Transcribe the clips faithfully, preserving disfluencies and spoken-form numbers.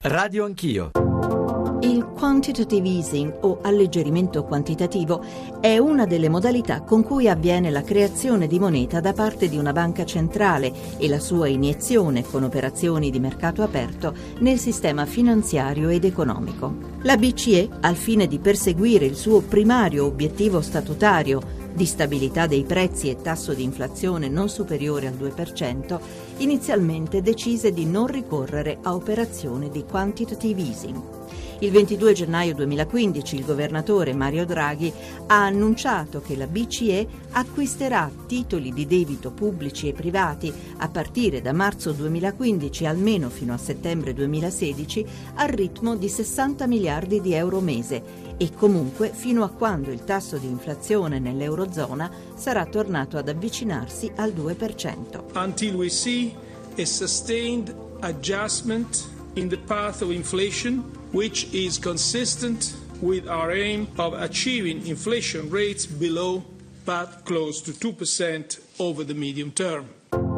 Radio Anch'io. Il quantitative easing o alleggerimento quantitativo è una delle modalità con cui avviene la creazione di moneta da parte di una banca centrale e la sua iniezione con operazioni di mercato aperto nel sistema finanziario ed economico. La B C E, al fine di perseguire il suo primario obiettivo statutario di stabilità dei prezzi e tasso di inflazione non superiore al due per cento, inizialmente decise di non ricorrere a operazioni di quantitative easing. Il ventidue gennaio duemilaquindici il governatore Mario Draghi ha annunciato che la B C E acquisterà titoli di debito pubblici e privati a partire da marzo duemilaquindici almeno fino a settembre duemilasedici al ritmo di sessanta miliardi di euro mese e comunque fino a quando il tasso di inflazione nell'Eurozona sarà tornato ad avvicinarsi al due per cento. Until we see a sustained adjustment in the path of inflation, which is consistent with our aim of achieving inflation rates below but close to two percent over the medium term.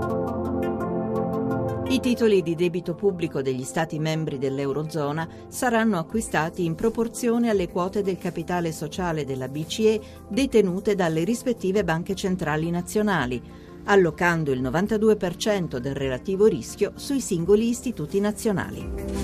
I titoli di debito pubblico degli Stati membri dell'Eurozona saranno acquistati in proporzione alle quote del capitale sociale della B C E detenute dalle rispettive banche centrali nazionali, allocando il novantadue per cento del relativo rischio sui singoli istituti nazionali.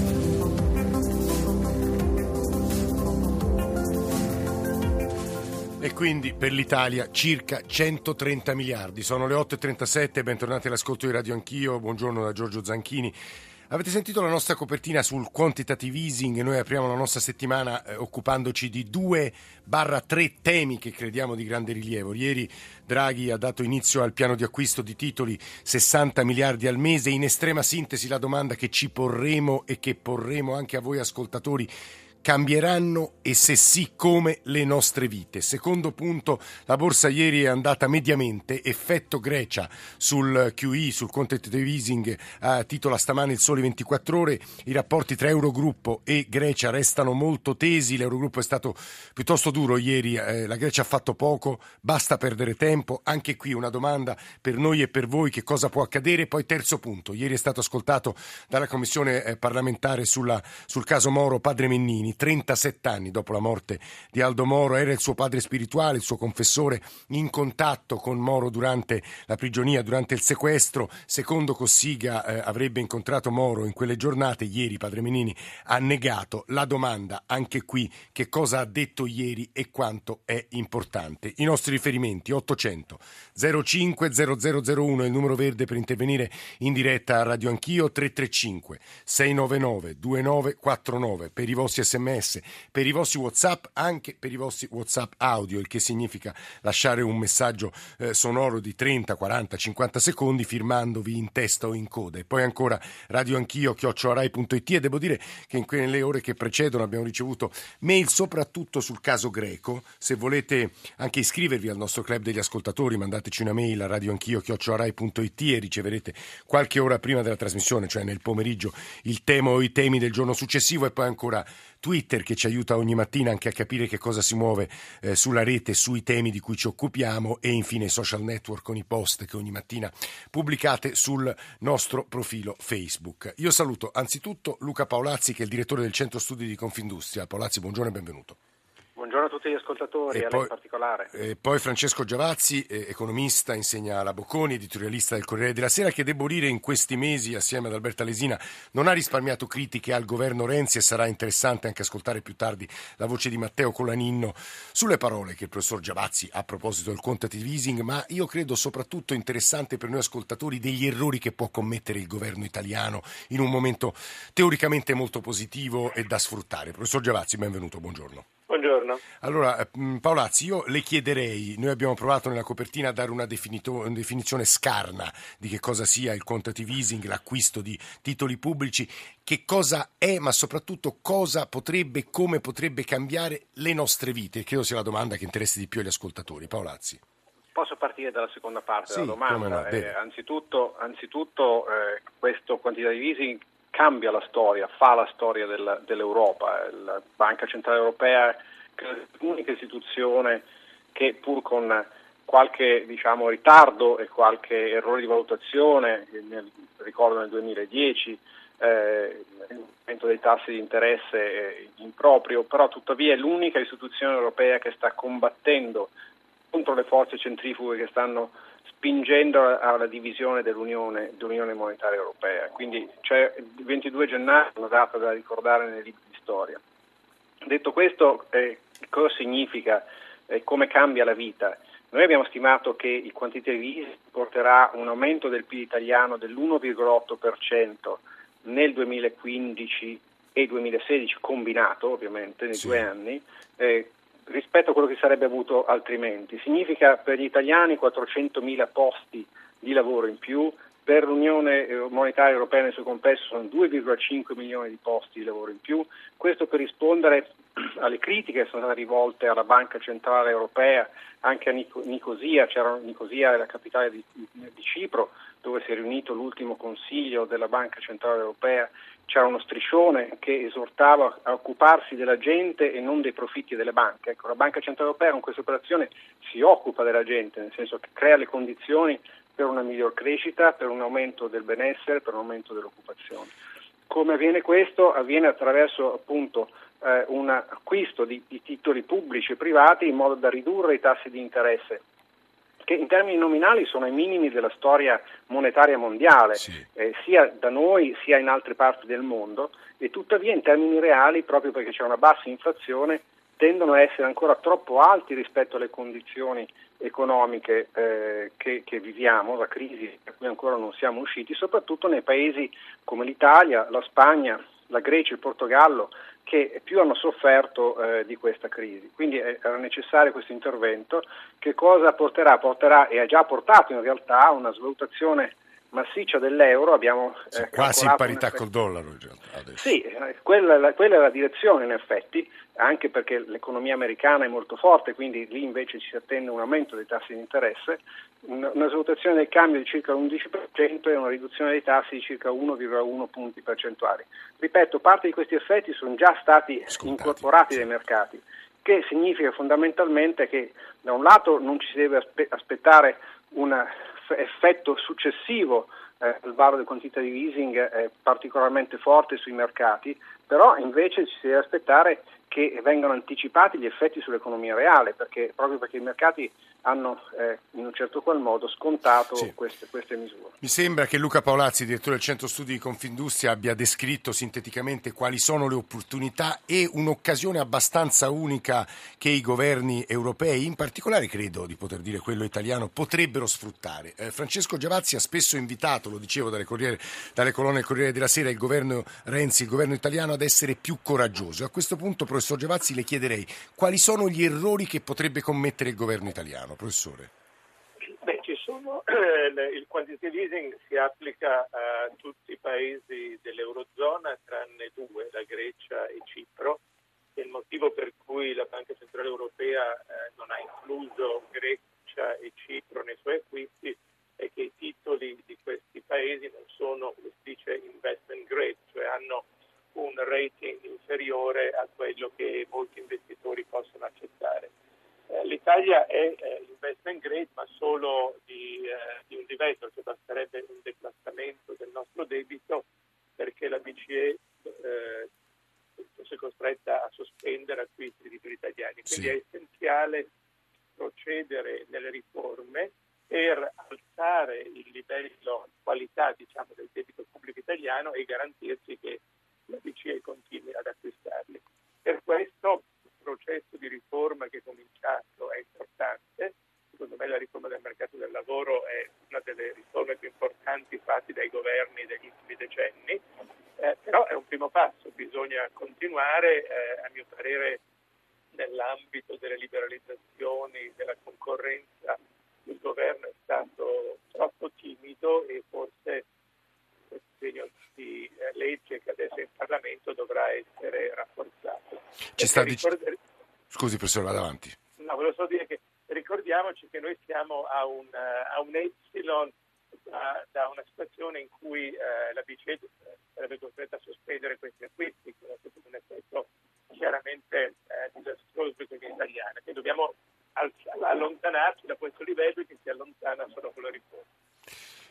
E quindi per l'Italia circa centotrenta miliardi. Sono le otto e trentasette, bentornati all'ascolto di Radio Anch'io, buongiorno da Giorgio Zanchini. Avete sentito la nostra copertina sul quantitative easing, noi apriamo la nostra settimana eh, occupandoci di due barra tre temi che crediamo di grande rilievo. Ieri Draghi ha dato inizio al piano di acquisto di titoli sessanta miliardi al mese. In estrema sintesi la domanda che ci porremo e che porremo anche a voi ascoltatori: cambieranno e se sì come le nostre vite? Secondo punto, la borsa ieri è andata mediamente, effetto Grecia sul Q E, sul quantitative easing, eh, titola stamane il Sole ventiquattro Ore, i rapporti tra Eurogruppo e Grecia restano molto tesi, l'Eurogruppo è stato piuttosto duro ieri, eh, la Grecia ha fatto poco, basta perdere tempo, anche qui una domanda per noi e per voi: che cosa può accadere? Poi terzo punto, ieri è stato ascoltato dalla Commissione eh, parlamentare sulla, sul caso Moro Padre Mennini, trentasette anni dopo la morte di Aldo Moro, era il suo padre spirituale, il suo confessore, in contatto con Moro durante la prigionia, durante il sequestro. Secondo Cossiga eh, avrebbe incontrato Moro in quelle giornate. Ieri Padre Mennini ha negato. La domanda anche qui: che cosa ha detto ieri e quanto è importante? I nostri riferimenti: ottocento zero cinque zero zero zero uno è il numero verde per intervenire in diretta a Radio Anch'io, tre tre cinque sei nove nove due nove quattro nove per i vostri sms, per i vostri WhatsApp, anche per i vostri WhatsApp audio, il che significa lasciare un messaggio eh, sonoro di trenta, quaranta, cinquanta secondi firmandovi in testa o in coda. E poi ancora Radio Anch'io chiocciola rai punto it. E devo dire che in quelle ore che precedono abbiamo ricevuto mail soprattutto sul caso greco. Se volete anche iscrivervi al nostro club degli ascoltatori, mandateci una mail a radio anch'io chiocciola rai punto it e riceverete qualche ora prima della trasmissione, cioè nel pomeriggio, il tema o i temi del giorno successivo. E poi ancora Twitter, che ci aiuta ogni mattina anche a capire che cosa si muove eh, sulla rete, sui temi di cui ci occupiamo, e infine i social network con i post che ogni mattina pubblicate sul nostro profilo Facebook. Io saluto anzitutto Luca Paolazzi, che è il direttore del Centro Studi di Confindustria. Paolazzi, buongiorno e benvenuto. Buongiorno a tutti gli ascoltatori, e a poi, lei in particolare. E poi Francesco Giavazzi, eh, economista, insegna alla Bocconi, editorialista del Corriere della Sera, che devo dire in questi mesi assieme ad Alberta Lesina non ha risparmiato critiche al governo Renzi, e sarà interessante anche ascoltare più tardi la voce di Matteo Colaninno sulle parole che il professor Giavazzi ha a proposito del quantitative easing, ma io credo soprattutto interessante per noi ascoltatori degli errori che può commettere il governo italiano in un momento teoricamente molto positivo e da sfruttare. Professor Giavazzi, benvenuto, buongiorno. Buongiorno. Allora, Paolazzi, io le chiederei, noi abbiamo provato nella copertina a dare una, definito, una definizione scarna di che cosa sia il quantitative easing, l'acquisto di titoli pubblici, che cosa è, ma soprattutto cosa potrebbe, come potrebbe cambiare le nostre vite. Credo sia la domanda che interessi di più agli ascoltatori. Paolazzi. Posso partire dalla seconda parte sì, della domanda? No, eh, anzitutto, anzitutto eh, questo quantitative easing cambia la storia, fa la storia del, dell'Europa. La Banca Centrale Europea è l'unica istituzione che, pur con qualche diciamo ritardo e qualche errore di valutazione, nel, ricordo nel duemiladieci, eh, nel aumento dei tassi di interesse eh, improprio, però tuttavia è l'unica istituzione europea che sta combattendo contro le forze centrifughe che stanno spingendo alla divisione dell'Unione, dell'Unione Monetaria Europea. Quindi c'è il ventidue gennaio, una data da ricordare nei libri di storia. Detto questo, eh, cosa significa, eh, come cambia la vita? Noi abbiamo stimato che il quantitative easing porterà un aumento del P I L italiano dell'uno virgola otto per cento nel duemilaquindici e duemilasedici, combinato ovviamente nei sì. due anni, eh, rispetto a quello che sarebbe avuto altrimenti. Significa per gli italiani quattrocentomila posti di lavoro in più, per l'Unione Monetaria Europea nel suo complesso sono due virgola cinque milioni di posti di lavoro in più, questo per rispondere alle critiche che sono state rivolte alla Banca Centrale Europea, anche a Nicosia, c'era Nicosia, la capitale di, di Cipro, dove si è riunito l'ultimo consiglio della Banca Centrale Europea, c'era uno striscione che esortava a occuparsi della gente e non dei profitti delle banche. Ecco, la Banca Centrale Europea con questa operazione si occupa della gente, nel senso che crea le condizioni per una miglior crescita, per un aumento del benessere, per un aumento dell'occupazione. Come avviene questo? Avviene attraverso appunto eh, un acquisto di, di titoli pubblici e privati in modo da ridurre i tassi di interesse, che in termini nominali sono ai minimi della storia monetaria mondiale, sì. eh, sia da noi sia in altre parti del mondo, e tuttavia in termini reali, proprio perché c'è una bassa inflazione, tendono a essere ancora troppo alti rispetto alle condizioni economiche eh, che, che viviamo, la crisi da cui ancora non siamo usciti, soprattutto nei paesi come l'Italia, la Spagna, la Grecia, il Portogallo, che più hanno sofferto eh, di questa crisi. Quindi era necessario questo intervento. Che cosa porterà? Porterà, e ha già portato in realtà, una svalutazione massiccia dell'euro. Abbiamo eh, quasi in parità col dollaro in realtà adesso. Sì, eh, quella, quella è la direzione in effetti, anche perché l'economia americana è molto forte, quindi lì invece ci si attende un aumento dei tassi di interesse, una, una svalutazione del cambio di circa l'undici per cento e una riduzione dei tassi di circa uno virgola uno punti percentuali. Ripeto, parte di questi effetti sono già stati Scontati, incorporati sì. dai mercati, che significa fondamentalmente che da un lato non ci si deve aspe- aspettare un effetto successivo eh, al varo del quantitative easing eh, particolarmente forte sui mercati, però invece ci si deve aspettare che vengano anticipati gli effetti sull'economia reale, perché proprio perché i mercati hanno eh, in un certo qual modo scontato sì. queste, queste misure. Mi sembra che Luca Paolazzi, direttore del Centro Studi di Confindustria, abbia descritto sinteticamente quali sono le opportunità e un'occasione abbastanza unica che i governi europei, in particolare credo di poter dire quello italiano, potrebbero sfruttare. Eh, Francesco Giavazzi ha spesso invitato, lo dicevo dalle, Corriere, dalle colonne del Corriere della Sera, il governo Renzi, il governo italiano ad essere più coraggioso. A questo punto, professor Giavazzi, le chiederei quali sono gli errori che potrebbe commettere il governo italiano. Professore. Beh, ci sono, eh, il quantitative easing si applica a tutti i paesi dell'Eurozona tranne due, la Grecia e Cipro, e il motivo per cui la Banca Centrale Europea eh, non ha incluso Grecia e Cipro nei suoi acquisti è che i titoli di questi paesi non sono, come si dice, investment grade, cioè hanno un rating inferiore a quello che molti investitori possono accettare. L'Italia è eh, investment grade, ma solo di, eh, di un livello, cioè basterebbe un declassamento del nostro debito perché la B C E eh, fosse costretta a sospendere acquisti di titoli italiani. Quindi sì. È essenziale procedere nelle riforme per alzare il livello di qualità, diciamo, del debito pubblico italiano e garantirci che la B C E continui ad acquistarli. Per questo processo di riforma che è cominciato è importante. Secondo me la riforma del mercato del lavoro è una delle riforme più importanti fatte dai governi degli ultimi decenni, eh, però è un primo passo, bisogna continuare, eh, a mio parere nell'ambito delle liberalizzazioni, della concorrenza il governo è stato troppo timido e forse questo disegno di eh, legge che adesso è in Parlamento dovrà essere rafforzato. Ci sta dic- Scusi professore, vada avanti. No, volevo solo dire che ricordiamoci che noi siamo a un, uh, a un epsilon da, da una situazione in cui uh, la B C E sarebbe costretta a sospendere questi acquisti, che è un effetto chiaramente uh, disastroso per gli italiani, che dobbiamo all- allontanarci da questo livello e che si allontana solo con la riforma.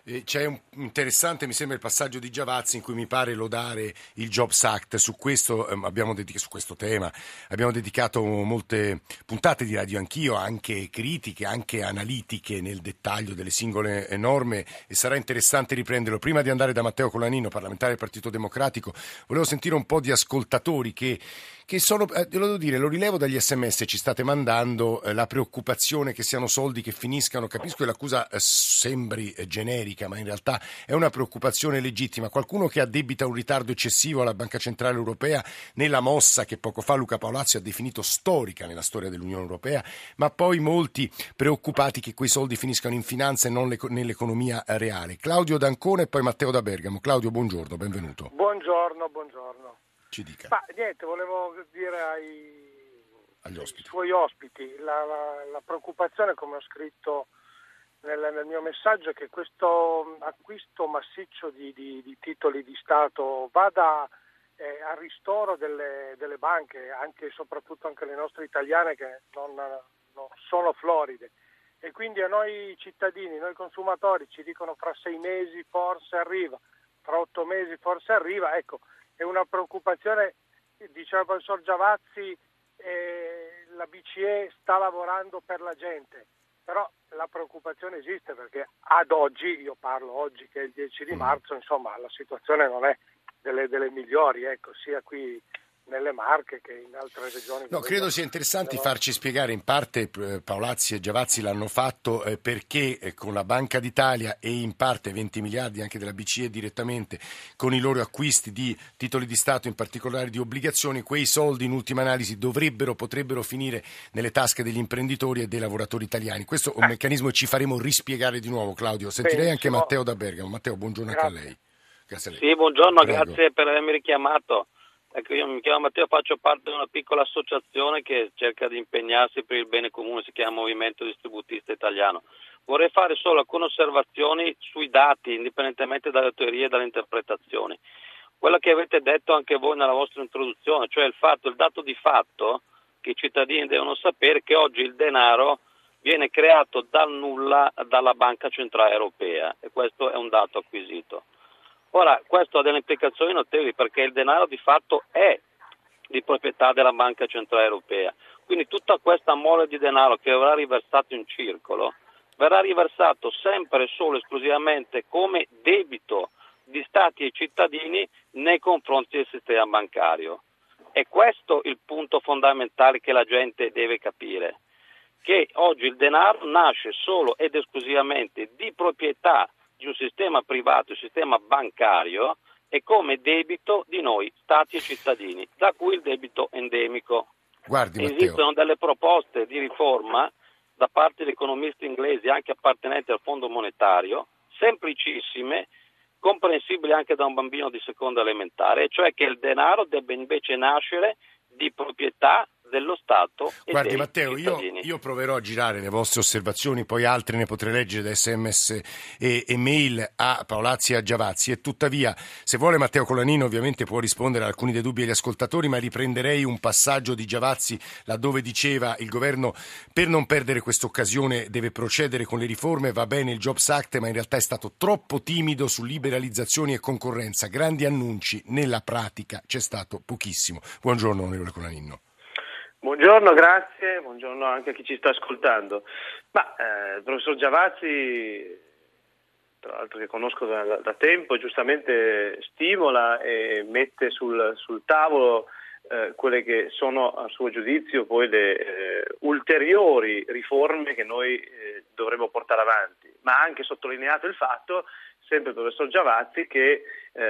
Eh, c'è un interessante, mi sembra, il passaggio di Giavazzi in cui mi pare lodare il Jobs Act. Su questo, ehm, abbiamo dedica- su questo tema abbiamo dedicato molte puntate di Radio Anch'io, anche critiche, anche analitiche nel dettaglio delle singole norme, e sarà interessante riprenderlo. Prima di andare da Matteo Colanino, parlamentare del Partito Democratico, volevo sentire un po' di ascoltatori che che sono, eh, lo devo dire, lo rilevo dagli sms che ci state mandando, eh, la preoccupazione che siano soldi che finiscano. Capisco che l'accusa eh, sembri eh, generica, ma in realtà è una preoccupazione legittima. Qualcuno che addebita un ritardo eccessivo alla Banca Centrale Europea nella mossa che poco fa Luca Paolazzi ha definito storica nella storia dell'Unione Europea, ma poi molti preoccupati che quei soldi finiscano in finanza e non le, nell'economia reale. Claudio D'Ancona e poi Matteo da Bergamo. Claudio, buongiorno, benvenuto. Buongiorno, buongiorno. Ci dica. Ma niente, volevo dire ai, Agli ospiti. ai suoi ospiti la, la, la preoccupazione, come ho scritto nel, nel mio messaggio, è che questo acquisto massiccio di, di, di titoli di Stato vada eh, al ristoro delle, delle banche, anche e soprattutto anche le nostre italiane, che non, non sono floride. E quindi a noi cittadini, noi consumatori, ci dicono fra sei mesi forse arriva, fra otto mesi forse arriva, ecco. È una preoccupazione, diceva il professor Giavazzi, eh, la B C E sta lavorando per la gente, però la preoccupazione esiste perché ad oggi, io parlo oggi che è il dieci di marzo, insomma la situazione non è delle, delle migliori, ecco, sia qui nelle Marche che in altre regioni. No, credo sia interessante farci spiegare, in parte eh, Paolazzi e Giavazzi l'hanno fatto, eh, perché eh, con la Banca d'Italia e in parte venti miliardi anche della B C E direttamente con i loro acquisti di titoli di Stato, in particolare di obbligazioni, quei soldi in ultima analisi dovrebbero, potrebbero finire nelle tasche degli imprenditori e dei lavoratori italiani. Questo è un meccanismo che ci faremo rispiegare di nuovo, Claudio. Sentirei anche Matteo da Bergamo. Matteo, buongiorno anche a lei. Grazie a lei. Sì, buongiorno, Prego. Grazie per avermi richiamato. Ecco, io mi chiamo Matteo, faccio parte di una piccola associazione che cerca di impegnarsi per il bene comune, si chiama Movimento Distributista Italiano. Vorrei fare solo alcune osservazioni sui dati, indipendentemente dalle teorie e dalle interpretazioni. Quello che avete detto anche voi nella vostra introduzione, cioè il fatto, il dato di fatto che i cittadini devono sapere che oggi il denaro viene creato dal nulla dalla Banca Centrale Europea, e questo è un dato acquisito. Ora, questo ha delle implicazioni notevoli perché il denaro di fatto è di proprietà della Banca Centrale Europea. Quindi tutta questa mole di denaro che verrà riversato in circolo verrà riversato sempre e solo esclusivamente come debito di Stati e cittadini nei confronti del sistema bancario. È questo il punto fondamentale che la gente deve capire, che oggi il denaro nasce solo ed esclusivamente di proprietà di un sistema privato, il sistema bancario, e come debito di noi, Stati e cittadini, da cui il debito endemico. Guardi, Esistono Matteo. delle proposte di riforma da parte di economisti inglesi, anche appartenenti al Fondo Monetario, semplicissime, comprensibili anche da un bambino di seconda elementare, cioè che il denaro debba invece nascere di proprietà dello Stato e Guardi dei Matteo, io, cittadini. io proverò a girare le vostre osservazioni, poi altre ne potrei leggere da sms e, e mail a Paolazzi e a Giavazzi, e tuttavia, se vuole Matteo Colanino ovviamente può rispondere a alcuni dei dubbi degli ascoltatori, ma riprenderei un passaggio di Giavazzi laddove diceva: il governo, per non perdere questa occasione, deve procedere con le riforme, va bene il Jobs Act, ma in realtà è stato troppo timido su liberalizzazioni e concorrenza, grandi annunci, nella pratica c'è stato pochissimo. Buongiorno onorevole Colanino. Buongiorno, grazie, buongiorno anche a chi ci sta ascoltando. Ma eh, il professor Giavazzi, tra l'altro che conosco da, da tempo, giustamente stimola e mette sul, sul tavolo eh, quelle che sono a suo giudizio poi le eh, ulteriori riforme che noi eh, dovremo portare avanti, ma ha anche sottolineato il fatto, sempre il professor Giavazzi, che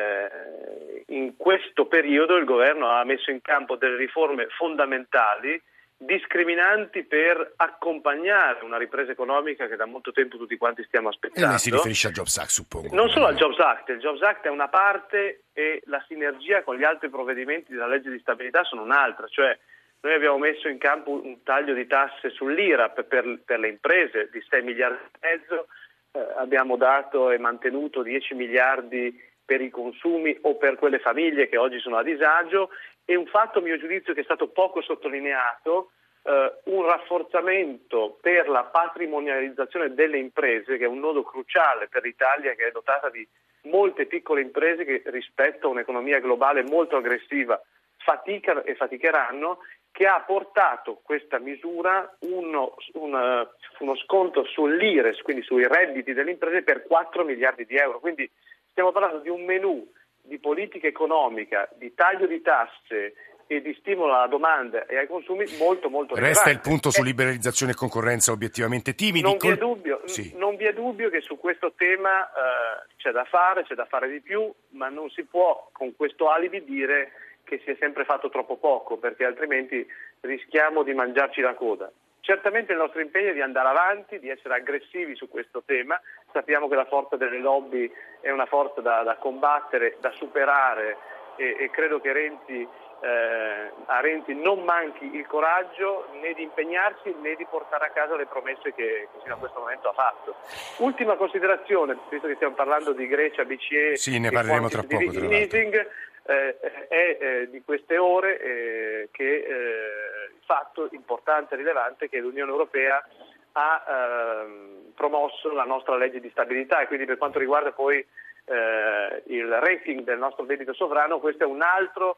eh, in questo periodo il governo ha messo in campo delle riforme fondamentali, discriminanti per accompagnare una ripresa economica che da molto tempo tutti quanti stiamo aspettando. E lei si riferisce al Jobs Act, suppongo. Non solo al Jobs Act, il Jobs Act è una parte e la sinergia con gli altri provvedimenti della legge di stabilità sono un'altra, cioè noi abbiamo messo in campo un taglio di tasse sull'I R A P per, per le imprese di sei miliardi e mezzo, eh, abbiamo dato e mantenuto dieci miliardi per i consumi o per quelle famiglie che oggi sono a disagio, e un fatto, a mio giudizio, che è stato poco sottolineato, eh, un rafforzamento per la patrimonializzazione delle imprese, che è un nodo cruciale per l'Italia, che è dotata di molte piccole imprese che rispetto a un'economia globale molto aggressiva fatica e faticheranno, che ha portato questa misura uno, un, uno sconto sull'I R E S, quindi sui redditi delle imprese, per quattro miliardi di euro. Quindi stiamo parlando di un menù di politica economica, di taglio di tasse e di stimolo alla domanda e ai consumi molto molto rilevante. Resta il punto su liberalizzazione e concorrenza obiettivamente timidi. Non vi è dubbio, sì. non vi è dubbio che su questo tema eh, c'è da fare, c'è da fare di più, ma non si può con questo alibi dire che si è sempre fatto troppo poco, perché altrimenti rischiamo di mangiarci la coda. Certamente il nostro impegno è di andare avanti, di essere aggressivi su questo tema. Sappiamo che la forza delle lobby è una forza da, da combattere, da superare e, e credo che Renzi, eh, a Renzi non manchi il coraggio né di impegnarsi né di portare a casa le promesse che, che fino a questo momento ha fatto. Ultima considerazione, visto che stiamo parlando di Grecia, B C E, sì, ne parleremo tra poco, tra leasing, eh, è eh, di queste ore eh, che eh, il fatto importante e rilevante che l'Unione Europea ha eh, promosso la nostra legge di stabilità, e quindi per quanto riguarda poi eh, il rating del nostro debito sovrano, questo è un altro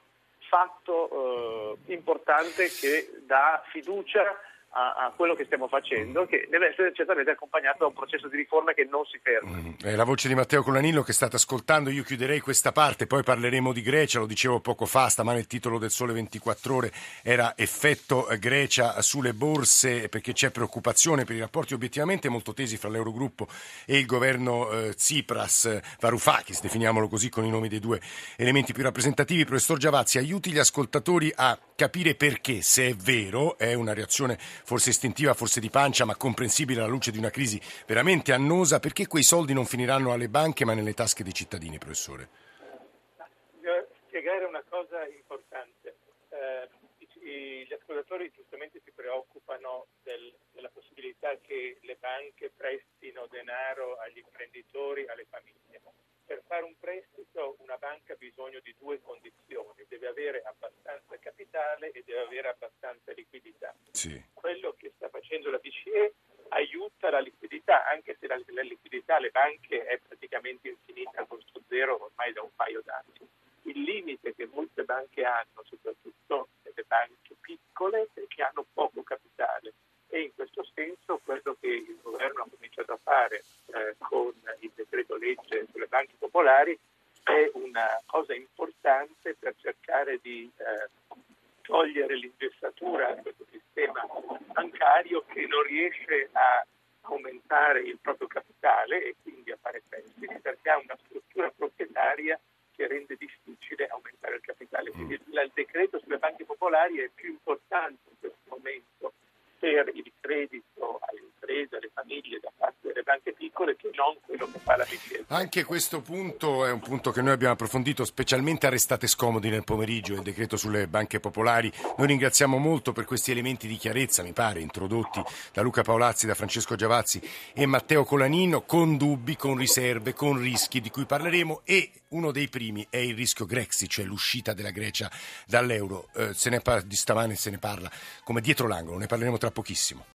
fatto eh, importante che dà fiducia a, a quello che stiamo facendo, che deve essere certamente accompagnato da un processo di riforma che non si ferma. Mm, è la voce di Matteo Colanillo che state ascoltando. Io chiuderei questa parte, poi parleremo di Grecia. Lo dicevo poco fa, stamane il titolo del Sole ventiquattro Ore era effetto Grecia sulle borse, perché c'è preoccupazione per i rapporti obiettivamente molto tesi fra l'Eurogruppo e il governo eh, Tsipras, Varoufakis, definiamolo così con i nomi dei due elementi più rappresentativi. Professor Giavazzi, aiuti gli ascoltatori a capire perché, se è vero, è una reazione forse istintiva, forse di pancia, ma comprensibile alla luce di una crisi veramente annosa, perché quei soldi non finiranno alle banche ma nelle tasche dei cittadini, professore? Bisogna spiegare una cosa importante. Eh, gli ascoltatori giustamente si preoccupano del, della possibilità che le banche prestino denaro agli imprenditori, alle famiglie. Per fare un prestito una banca ha bisogno di due condizioni: deve avere abbastanza capitale e deve avere abbastanza liquidità. Sì. Quello che sta facendo la B C E aiuta la liquidità, anche se la, la liquidità alle banche è praticamente infinita, a costo zero ormai da un paio d'anni. Il limite che molte banche hanno, soprattutto le banche piccole, è che hanno poco capitale, e in questo senso quello che il governo ha cominciato a fare eh, con il decreto legge sulle banche popolari è una cosa importante per cercare di eh, togliere l'ingessatura a questo sistema bancario che non riesce a aumentare il proprio capitale e quindi a fare prestiti, perché ha una struttura proprietaria che rende difficile aumentare il capitale. Quindi il decreto sulle banche popolari è più importante in questo momento per il credito alle imprese, alle famiglie da parte delle banche piccole, che non quello che fa la B C E. Anche questo punto è un punto che noi abbiamo approfondito, specialmente a Restate Scomodi nel pomeriggio, il decreto sulle banche popolari. Noi ringraziamo molto per questi elementi di chiarezza, mi pare, introdotti da Luca Paolazzi, da Francesco Giavazzi e Matteo Colanino, con dubbi, con riserve, con rischi di cui parleremo, e uno dei primi è il rischio Grexit, cioè l'uscita della Grecia dall'euro. Eh, se ne parla, di stamane se ne parla come dietro l'angolo, ne parleremo tra pochissimo.